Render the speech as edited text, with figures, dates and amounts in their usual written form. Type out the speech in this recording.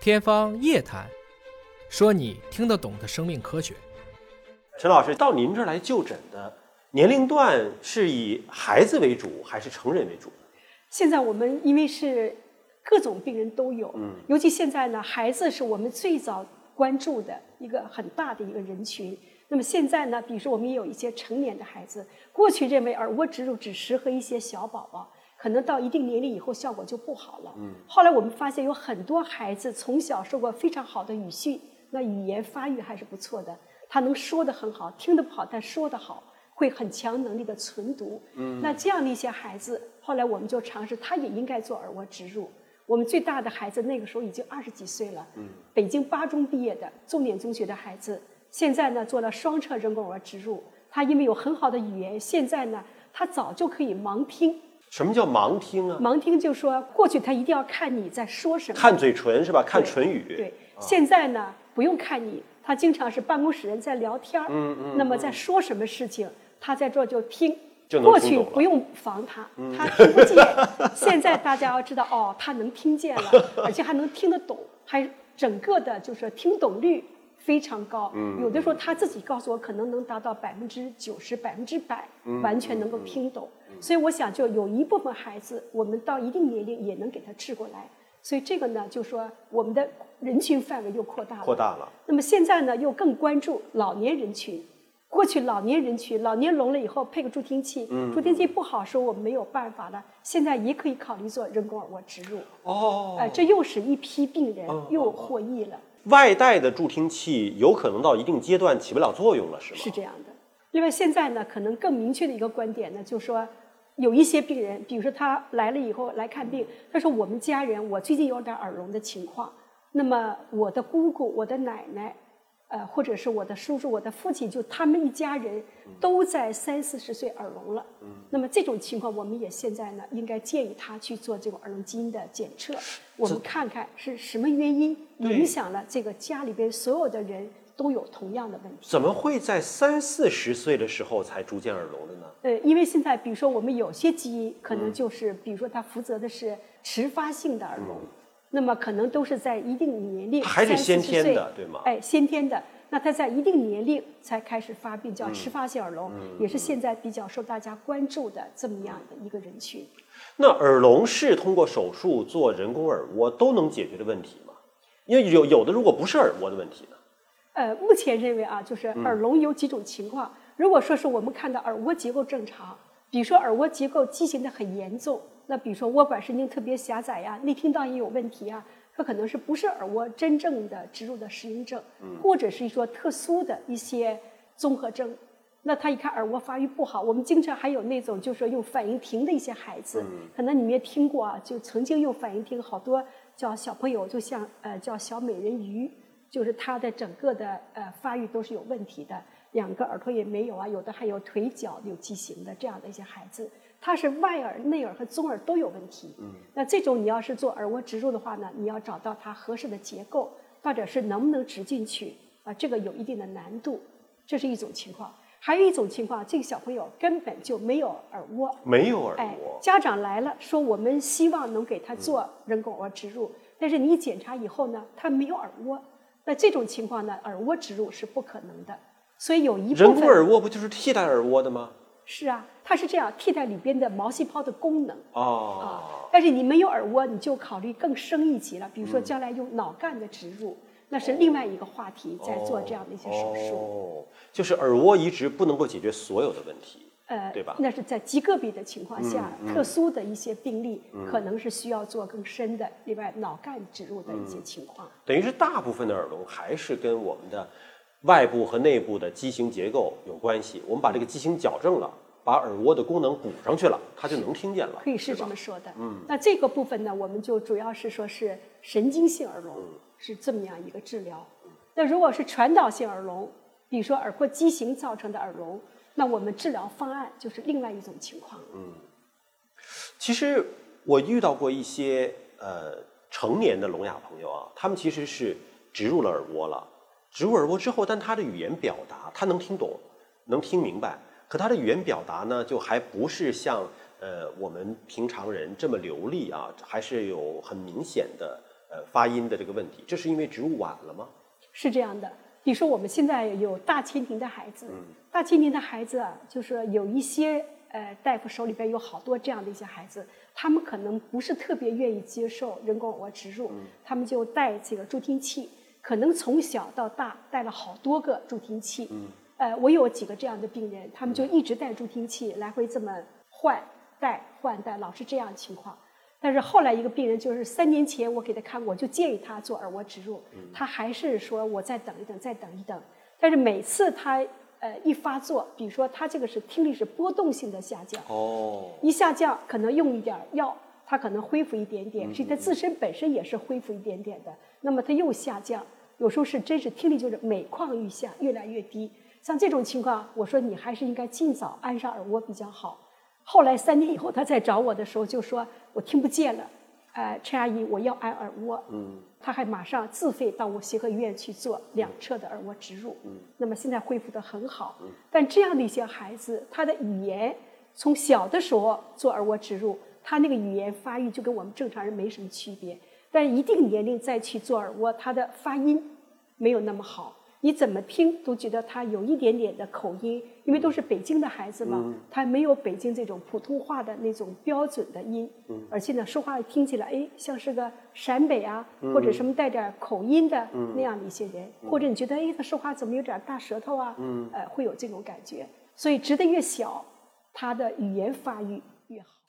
天方夜谭，说你听得懂的生命科学。 陈老师，到您这儿来就诊的年龄段是以孩子为主还是成人为主？ 现在我们因为是各种病人都有，尤其现在呢，孩子是我们最早关注的一个很大的一个人群。那么现在呢，比如说我们也有一些成年的孩子，过去认为耳蜗植入只适合一些小宝宝，可能到一定年龄以后效果就不好了。后来我们发现有很多孩子从小受过非常好的语训，那语言发育还是不错的，他能说得很好，听得不好但说得好，会很强能力的存读。那这样的一些孩子，后来我们就尝试，他也应该做耳蜗植入。我们最大的孩子那个时候已经20几岁了，北京8中毕业的重点中学的孩子，现在呢做了双侧人工耳蜗植入。他因为有很好的语言，现在呢他早就可以盲听。 什么叫盲听啊？ 盲听就是说，过去他一定要看你在说什么， 看嘴唇是吧？看唇语。 对，现在呢不用看你，他经常是办公室人在聊天，那么在说什么事情，他在这儿就听。过去不用防他，他听不见。现在大家要知道，哦，他能听见了，而且还能听得懂，还整个的就是听懂率非常高。有的时候他自己告诉我，可能能达到90%、100%，完全能够听懂。所以我想，就有一部分孩子，我们到一定年龄也能给他治过来。所以这个呢，就说我们的人群范围又扩大了。那么现在呢，又更关注老年人群。过去老年人群，老年聋了以后配个助听器，助听器不好说我们没有办法了，现在也可以考虑做人工耳蜗植入。这又使一批病人又获益了。 外带的助听器有可能到一定阶段起不了作用了，是吗？ 是这样的。另外现在呢，可能更明确的一个观点呢，就是说有一些病人，比如说他来了以后来看病，他说我们家人我最近有点耳聋的情况，那么我的姑姑、我的奶奶。或者是我的叔叔、我的父亲，就他们一家人都在30、40岁耳聋了。那么这种情况，我们也现在呢，应该建议他去做这种耳聋基因的检测，我们看看是什么原因影响了这个家里边所有的人都有同样的问题。 怎么会在30、40岁的时候才逐渐耳聋的呢？ 因为现在比如说我们有些基因可能就是，比如说它负责的是迟发性的耳聋。那么可能都是在一定年龄， 还是先天的，对吗？ 先天的。那他在一定年龄才开始发病，叫迟发性耳聋，也是现在比较受大家关注的这么样的一个人群。 那耳聋是通过手术做人工耳蜗都能解决的问题吗？因为有的如果不是耳蜗的问题呢？ 目前认为啊，就是耳聋有几种情况。如果说是我们看到耳蜗结构正常，比如说耳蜗结构畸形的很严重。那比如说窝管神经特别狭窄呀，内听道也有问题啊，它可能是不是耳蜗真正的植入的适应症，或者是说特殊的一些综合征。那他一看耳蜗发育不好，我们经常还有那种就是说用反应停的一些孩子，可能你们也听过啊，就曾经用反应停，好多叫小朋友就像叫小美人鱼，就是他的整个的发育都是有问题的，2个耳朵也没有啊，有的还有腿脚有畸形的这样的一些孩子。它是外耳、内耳和中耳都有问题。那这种你要是做耳蜗植入的话呢，你要找到它合适的结构，或者是能不能植进去啊，这个有一定的难度，这是一种情况。还有一种情况，这个小朋友根本就没有耳蜗， 没有耳蜗。 家长来了说我们希望能给他做人工耳蜗植入，但是你检查以后呢，他没有耳蜗。那这种情况呢，耳蜗植入是不可能的。所以有一部分人工耳蜗不就是替代耳蜗的吗？ 是啊，它是这样替代里边的毛细胞的功能但是你没有耳蜗，你就考虑更深一级了，比如说将来用脑干的植入，那是另外一个话题，在做这样的一些手术。 就是耳蜗移植不能够解决所有的问题，对吧？ 那是在极个别的情况下，特殊的一些病例，可能是需要做更深的，另外脑干植入的一些情况。 等于是大部分的耳聋还是跟我们的外部和内部的畸形结构有关系，我们把这个畸形矫正了，把耳蜗的功能补上去了，它就能听见了， 可以是这么说的。那这个部分呢，我们就主要是说是神经性耳聋，是这么样一个治疗。那如果是传导性耳聋，比如说耳廓畸形造成的耳聋，那我们治疗方案就是另外一种情况。 其实我遇到过一些成年的聋哑朋友啊，他们其实是植入了耳蜗了。植入耳蜗之后，但他的语言表达他能听懂，能听明白，可他的语言表达呢，就还不是像我们平常人这么流利啊，还是有很明显的发音的这个问题，这是因为植入晚了吗？ 是这样的，比如说我们现在有大蜻蜓的孩子，大蜻蜓的孩子啊，就是有一些大夫手里边有好多这样的一些孩子，他们可能不是特别愿意接受人工耳蜗植入，他们就带这个助听器，可能从小到大带了好多个助听器。我有几个这样的病人，他们就一直带助听器，来回这么换带，老是这样的情况。但是后来一个病人就是3年前我给他看，我就建议他做耳蜗植入，他还是说我再等一等，再等一等。但是每次他一发作，比如说他这个是听力是波动性的下降，一下降可能用一点药，他可能恢复一点点，实际他自身本身也是恢复一点点的，那么他又下降，有时候是真是听力就是每况愈下，越来越低。像这种情况，我说你还是应该尽早安上耳蜗比较好。后来3年以后，他再找我的时候就说我听不见了，陈阿姨我要安耳蜗。他还马上自费到我协和医院去做2侧的耳蜗植入。那么现在恢复得很好。但这样的一些孩子，他的语言从小的时候做耳蜗植入，他那个语言发育就跟我们正常人没什么区别。但一定年龄再去做耳蜗，他的发音没有那么好。你怎么听都觉得他有一点点的口音，因为都是北京的孩子嘛，他没有北京这种普通话的那种标准的音，而且呢，说话听起来像是个陕北啊，或者什么带点口音的那样的一些人，或者你觉得他说话怎么有点大舌头啊，会有这种感觉。所以植得越小，他的语言发育越好。